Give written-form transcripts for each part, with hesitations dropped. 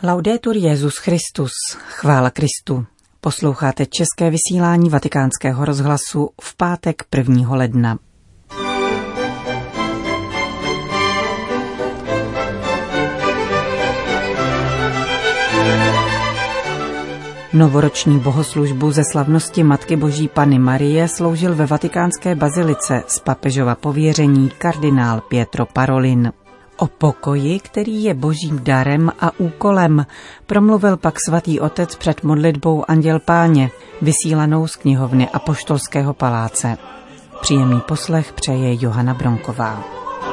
Laudetur Jesus Christus, chvála Kristu. Posloucháte české vysílání Vatikánského rozhlasu v pátek 1. ledna. Novoroční bohoslužbu ze slavnosti Matky Boží Panny Marie sloužil ve vatikánské bazilice z papežova pověření kardinál Pietro Parolin. O pokoji, který je božím darem a úkolem, promluvil pak svatý otec před modlitbou Anděl Páně, vysílanou z knihovny Apoštolského paláce. Příjemný poslech přeje Johana Bronková.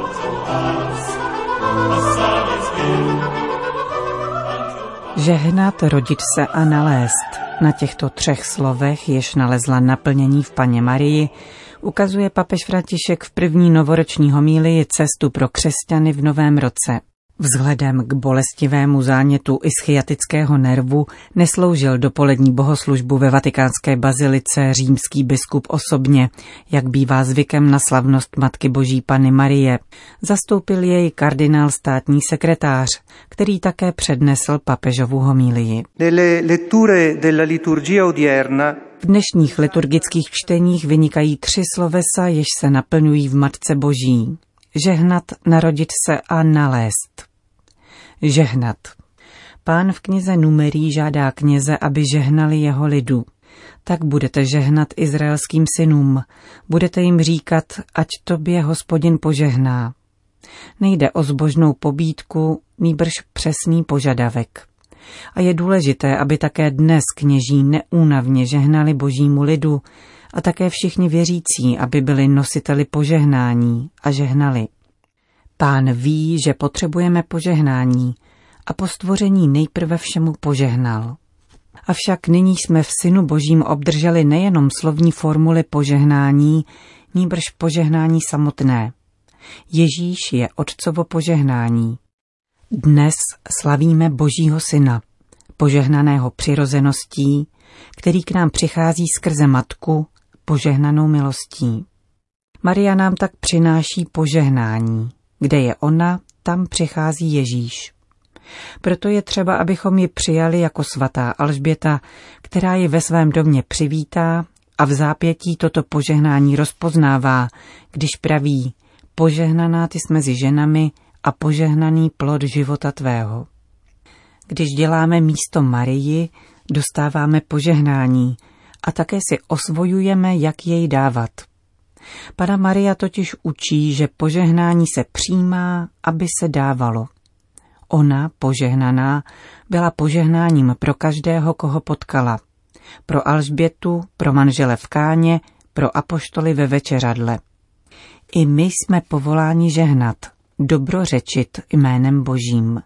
Žehnat, rodit se a nalézt. Na těchto 3 slovech, jež nalezla naplnění v Panně Marii, ukazuje papež František v první novoroční homílii cestu pro křesťany v novém roce. Vzhledem k bolestivému zánětu ischiatického nervu nesloužil dopolední bohoslužbu ve vatikánské bazilice římský biskup osobně, jak bývá zvykem na slavnost Matky Boží Panny Marie. Zastoupil jej kardinál státní sekretář, který také přednesl papežovu homílii. V dnešních liturgických čteních vynikají 3 slovesa, jež se naplňují v Matce Boží. Žehnat, narodit se a nalézt. Žehnat. Pán v knize Numerí žádá kněze, aby žehnali jeho lidu. Tak budete žehnat izraelským synům. Budete jim říkat, ať tobě Hospodin požehná. Nejde o zbožnou pobídku, nýbrž přesný požadavek. A je důležité, aby také dnes kněží neúnavně žehnali božímu lidu a také všichni věřící, aby byli nositeli požehnání a žehnali. Pán ví, že potřebujeme požehnání a po stvoření nejprve všemu požehnal. Avšak nyní jsme v Synu Božím obdrželi nejenom slovní formuly požehnání, nýbrž požehnání samotné. Ježíš je Otcovo požehnání. Dnes slavíme Božího Syna, požehnaného přirozeností, který k nám přichází skrze Matku, požehnanou milostí. Maria nám tak přináší požehnání. Kde je ona, tam přichází Ježíš. Proto je třeba, abychom ji přijali jako svatá Alžběta, která ji ve svém domě přivítá a v zápětí toto požehnání rozpoznává, když praví: požehnaná ty jsi mezi ženami a požehnaný plod života tvého. Když děláme místo Marii, dostáváme požehnání a také si osvojujeme, jak jej dávat. Panna Maria totiž učí, že požehnání se přijímá, aby se dávalo. Ona, požehnaná, byla požehnáním pro každého, koho potkala. Pro Alžbětu, pro manžele v Káně, pro apoštoly ve večeřadle. I my jsme povoláni žehnat, dobrořečit jménem Božím.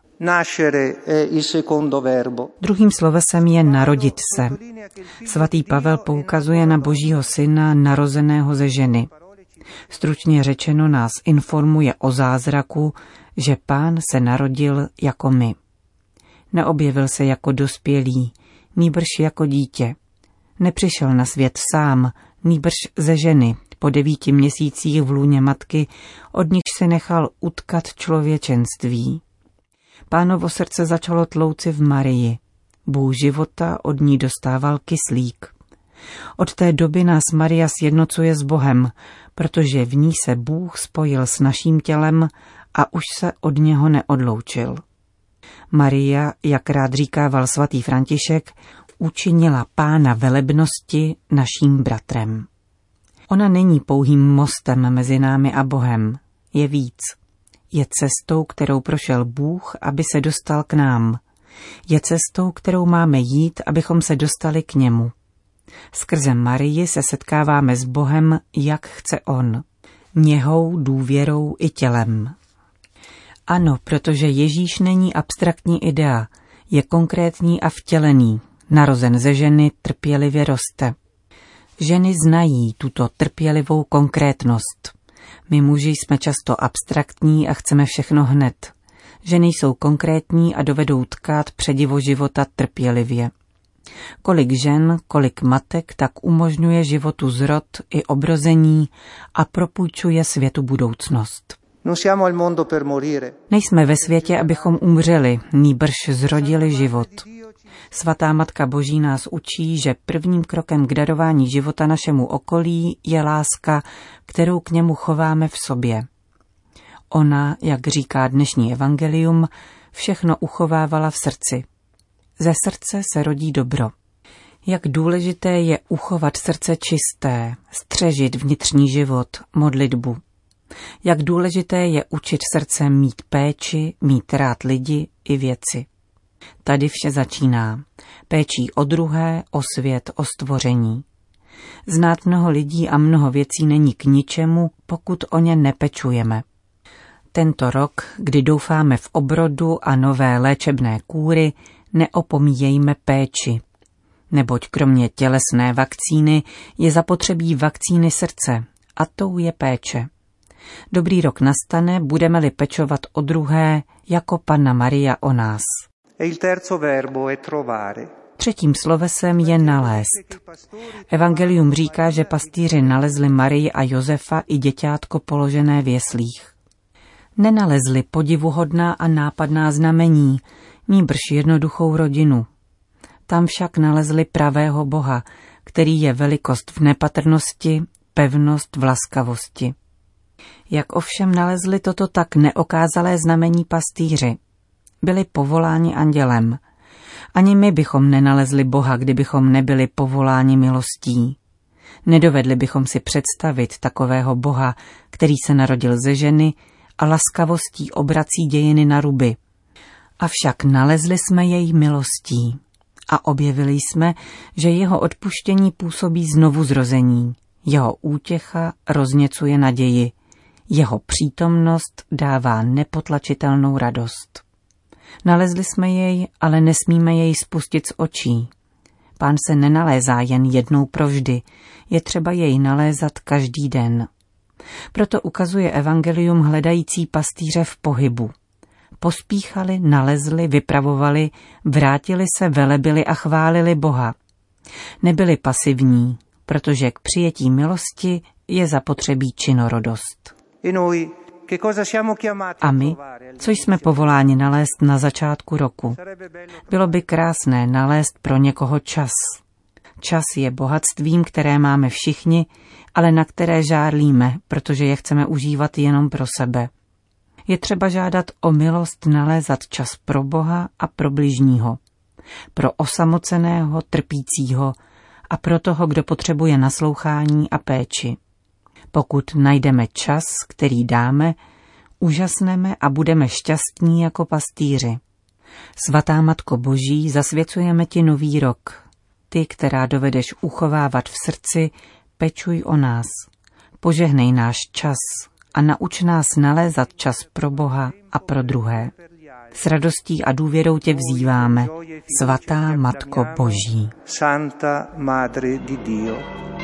Druhým slovesem je narodit se. Svatý Pavel poukazuje na Božího Syna narozeného ze ženy. Stručně řečeno nás informuje o zázraku, že Pán se narodil jako my. Neobjevil se jako dospělý, nýbrž jako dítě. Nepřišel na svět sám, nýbrž ze ženy, po 9 měsících v lůně matky, od nichž se nechal utkat člověčenství. Pánovo srdce začalo tlouci v Marii. Bůh života od ní dostával kyslík. Od té doby nás Maria sjednocuje s Bohem, protože v ní se Bůh spojil s naším tělem a už se od něho neodloučil. Maria, jak rád říkával svatý František, učinila Pána velebnosti naším bratrem. Ona není pouhým mostem mezi námi a Bohem, je víc. Je cestou, kterou prošel Bůh, aby se dostal k nám. Je cestou, kterou máme jít, abychom se dostali k němu. Skrze Marii se setkáváme s Bohem, jak chce on. Něhou, důvěrou i tělem. Ano, protože Ježíš není abstraktní idea, je konkrétní a vtělený, narozen ze ženy, trpělivě roste. Ženy znají tuto trpělivou konkrétnost. My muži jsme často abstraktní a chceme všechno hned. Ženy jsou konkrétní a dovedou tkát předivo života trpělivě. Kolik žen, kolik matek tak umožňuje životu zrod i obrození a propůjčuje světu budoucnost. Nejsme ve světě, abychom umřeli, nýbrž zrodili život. Svatá Matka Boží nás učí, že prvním krokem k darování života našemu okolí je láska, kterou k němu chováme v sobě. Ona, jak říká dnešní evangelium, všechno uchovávala v srdci. Ze srdce se rodí dobro. Jak důležité je uchovat srdce čisté, střežit vnitřní život, modlitbu. Jak důležité je učit srdce mít péči, mít rád lidi i věci. Tady vše začíná. Péčí o druhé, o svět, o stvoření. Znát mnoho lidí a mnoho věcí není k ničemu, pokud o ně nepečujeme. Tento rok, kdy doufáme v obrodu a nové léčebné kúry, neopomíjejme péči. Neboť kromě tělesné vakcíny je zapotřebí vakcíny srdce a tou je péče. Dobrý rok nastane, budeme-li pečovat o druhé, jako Panna Maria o nás. Třetím slovesem je nalézt. Evangelium říká, že pastýři nalezli Marii a Josefa i děťátko položené v jeslích. Nenalezli podivuhodná a nápadná znamení, nýbrž jednoduchou rodinu. Tam však nalezli pravého Boha, který je velikost v nepatrnosti, pevnost v laskavosti. Jak ovšem nalezli toto tak neokázalé znamení pastýři? Byli povoláni andělem. Ani my bychom nenalezli Boha, kdybychom nebyli povoláni milostí. Nedovedli bychom si představit takového Boha, který se narodil ze ženy a laskavostí obrací dějiny na ruby. Avšak nalezli jsme jej milostí a objevili jsme, že jeho odpuštění působí znovuzrození, jeho útěcha rozněcuje naději, jeho přítomnost dává nepotlačitelnou radost. Nalezli jsme jej, ale nesmíme jej spustit z očí. Pán se nenalézá jen jednou provždy, je třeba jej nalézat každý den. Proto ukazuje evangelium hledající pastýře v pohybu. Pospíchali, nalezli, vypravovali, vrátili se, velebili a chválili Boha. Nebyli pasivní, protože k přijetí milosti je zapotřebí činorodost. A my, co jsme povoláni nalézt na začátku roku? Bylo by krásné nalézt pro někoho čas. Čas je bohatstvím, které máme všichni, ale na které žárlíme, protože je chceme užívat jenom pro sebe. Je třeba žádat o milost nalézat čas pro Boha a pro bližního. Pro osamoceného, trpícího a pro toho, kdo potřebuje naslouchání a péči. Pokud najdeme čas, který dáme, úžasneme a budeme šťastní jako pastýři. Svatá Matko Boží, zasvěcujeme ti nový rok. Ty, která dovedeš uchovávat v srdci, pečuj o nás. Požehnej náš čas a nauč nás nalézat čas pro Boha a pro druhé. S radostí a důvěrou tě vzýváme, Svatá Matko Boží. Santa Madre di Dio.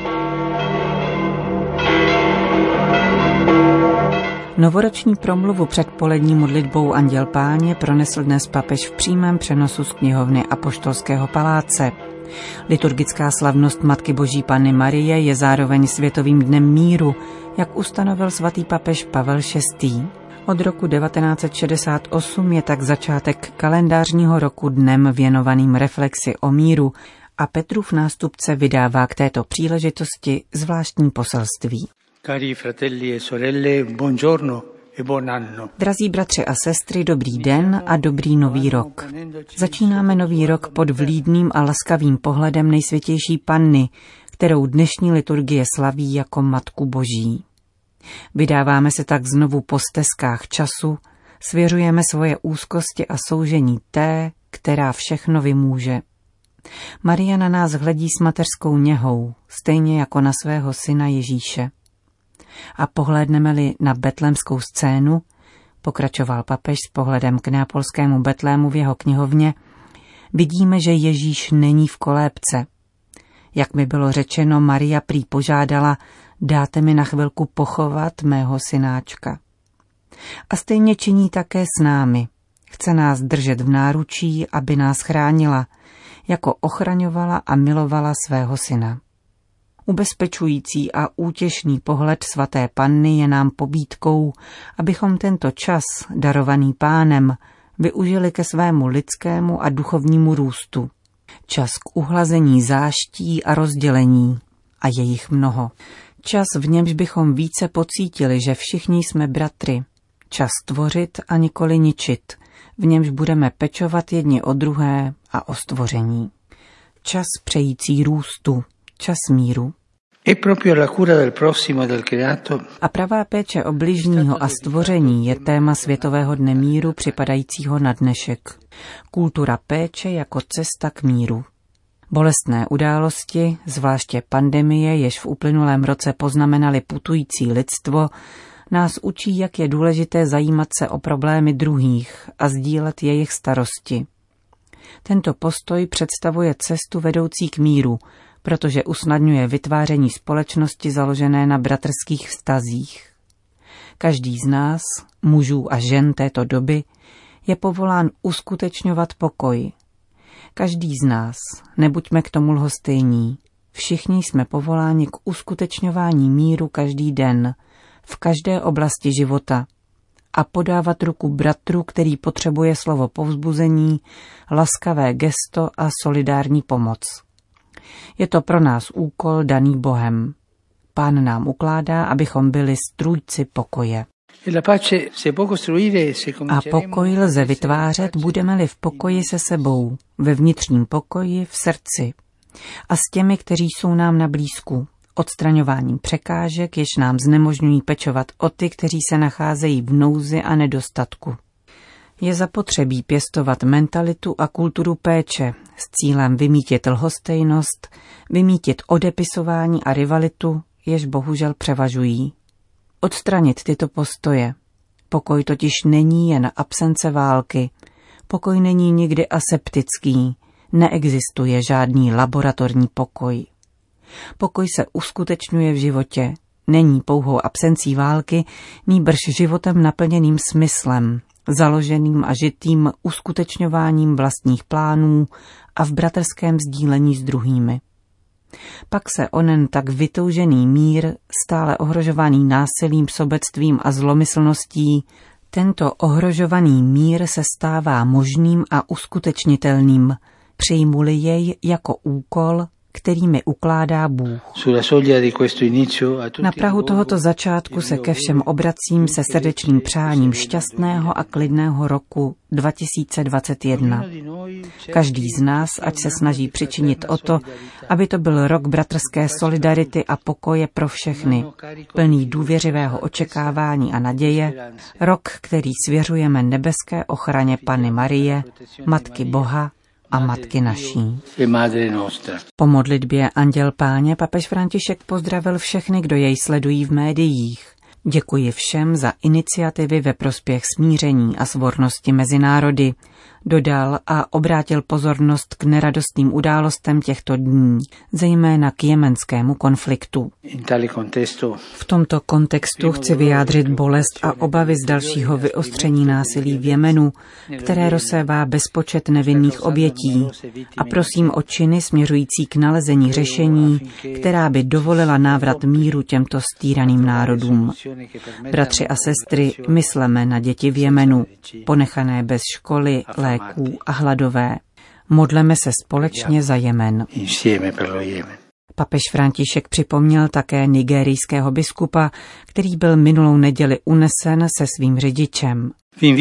Novoroční promluvu před polední modlitbou Anděl Páně pronesl dnes papež v přímém přenosu z knihovny Apoštolského paláce. Liturgická slavnost Matky Boží Panny Marie je zároveň Světovým dnem míru, jak ustanovil svatý papež Pavel VI. Od roku 1968 je tak začátek kalendářního roku dnem věnovaným reflexi o míru a Petrův nástupce vydává k této příležitosti zvláštní poselství. Cari fratelli e sorelle, buongiorno e buon anno. Drazí bratři a sestry, dobrý den a dobrý nový rok. Začínáme nový rok pod vlídným a laskavým pohledem Nejsvětější Panny, kterou dnešní liturgie slaví jako Matku Boží. Vydáváme se tak znovu po stezkách času, svěřujeme svoje úzkosti a soužení té, která všechno vymůže. Maria na nás hledí s mateřskou něhou, stejně jako na svého syna Ježíše. A pohlédneme-li na betlémskou scénu, pokračoval papež s pohledem k neapolskému Betlému v jeho knihovně, vidíme, že Ježíš není v kolébce. Jak mi bylo řečeno, Maria prý požádala, dáte mi na chvilku pochovat mého synáčka. A stejně činí také s námi. Chce nás držet v náručí, aby nás chránila, jako ochraňovala a milovala svého syna. Ubezpečující a útěšný pohled svaté Panny je nám pobídkou, abychom tento čas, darovaný Pánem, využili ke svému lidskému a duchovnímu růstu. Čas k uhlazení záští a rozdělení, a je jich mnoho. Čas, v němž bychom více pocítili, že všichni jsme bratry. Čas tvořit a nikoli ničit, v němž budeme pečovat jedni o druhé a o stvoření. Čas přející růstu, čas míru. A pravá péče o bližního a stvoření je téma Světového dne míru připadajícího na dnešek. Kultura péče jako cesta k míru. Bolestné události, zvláště pandemie, jež v uplynulém roce poznamenaly putující lidstvo, nás učí, jak je důležité zajímat se o problémy druhých a sdílet jejich starosti. Tento postoj představuje cestu vedoucí k míru, protože usnadňuje vytváření společnosti založené na bratrských vztazích. Každý z nás, mužů a žen této doby, je povolán uskutečňovat pokoj. Každý z nás, nebuďme k tomu lhostejní, všichni jsme povoláni k uskutečňování míru každý den, v každé oblasti života a podávat ruku bratru, který potřebuje slovo povzbuzení, laskavé gesto a solidární pomoc. Je to pro nás úkol daný Bohem. Pán nám ukládá, abychom byli strůjci pokoje. A pokoj lze vytvářet, budeme-li v pokoji se sebou, ve vnitřním pokoji, v srdci a s těmi, kteří jsou nám na blízku, odstraňováním překážek, jež nám znemožňují pečovat o ty, kteří se nacházejí v nouzi a nedostatku. Je zapotřebí pěstovat mentalitu a kulturu péče s cílem vymítit lhostejnost, vymítit odepisování a rivalitu, jež bohužel převažují. Odstranit tyto postoje. Pokoj totiž není jen absence války. Pokoj není nikdy aseptický. Neexistuje žádný laboratorní pokoj. Pokoj se uskutečňuje v životě. Není pouhou absencí války, nýbrž životem naplněným smyslem, založeným a žitým uskutečňováním vlastních plánů a v bratrském sdílení s druhými. Pak se onen tak vytoužený mír, stále ohrožovaný násilím, sobectvím a zlomyslností, tento ohrožovaný mír se stává možným a uskutečnitelným, přijmu-li jej jako úkol, který mi ukládá Bůh. Na prahu tohoto začátku se ke všem obracím se srdečným přáním šťastného a klidného roku 2021. Každý z nás, ať se snaží přičinit o to, aby to byl rok bratrské solidarity a pokoje pro všechny, plný důvěřivého očekávání a naděje, rok, který svěřujeme nebeské ochraně Panny Marie, Matky Boha a Matky naší. Po modlitbě Anděl Páně papež František pozdravil všechny, kdo jej sledují v médiích. Děkuji všem za iniciativy ve prospěch smíření a svornosti mezi národy, dodal a obrátil pozornost k neradostným událostem těchto dní, zejména k jemenskému konfliktu. V tomto kontextu chci vyjádřit bolest a obavy z dalšího vyostření násilí v Jemenu, které rozsévá bezpočet nevinných obětí, a prosím o činy směřující k nalezení řešení, která by dovolila návrat míru těmto stýraným národům. Bratři a sestry, mysleme na děti v Jemenu, ponechané bez školy, léků a hladové. Modleme se společně za Jemen. Papež František připomněl také nigerijského biskupa, který byl minulou neděli unesen se svým řidičem.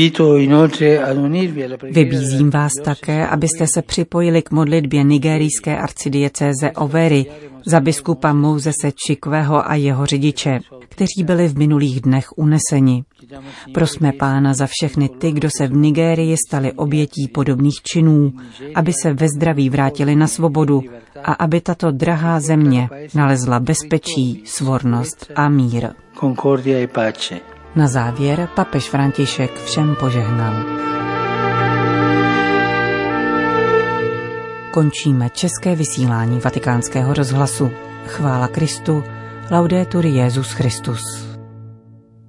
Vybízím vás také, abyste se připojili k modlitbě nigerijské arcidiecéze Owerri za biskupa Mosese Chikweho a jeho řidiče, kteří byli v minulých dnech uneseni. Prosme Pána za všechny ty, kdo se v Nigérii stali obětí podobných činů, aby se ve zdraví vrátili na svobodu a aby tato drahá země nalezla bezpečí, svornost a mír. Na závěr papež František všem požehnal. Končíme české vysílání Vatikánského rozhlasu. Chvála Kristu, laudetur Jesus Christus.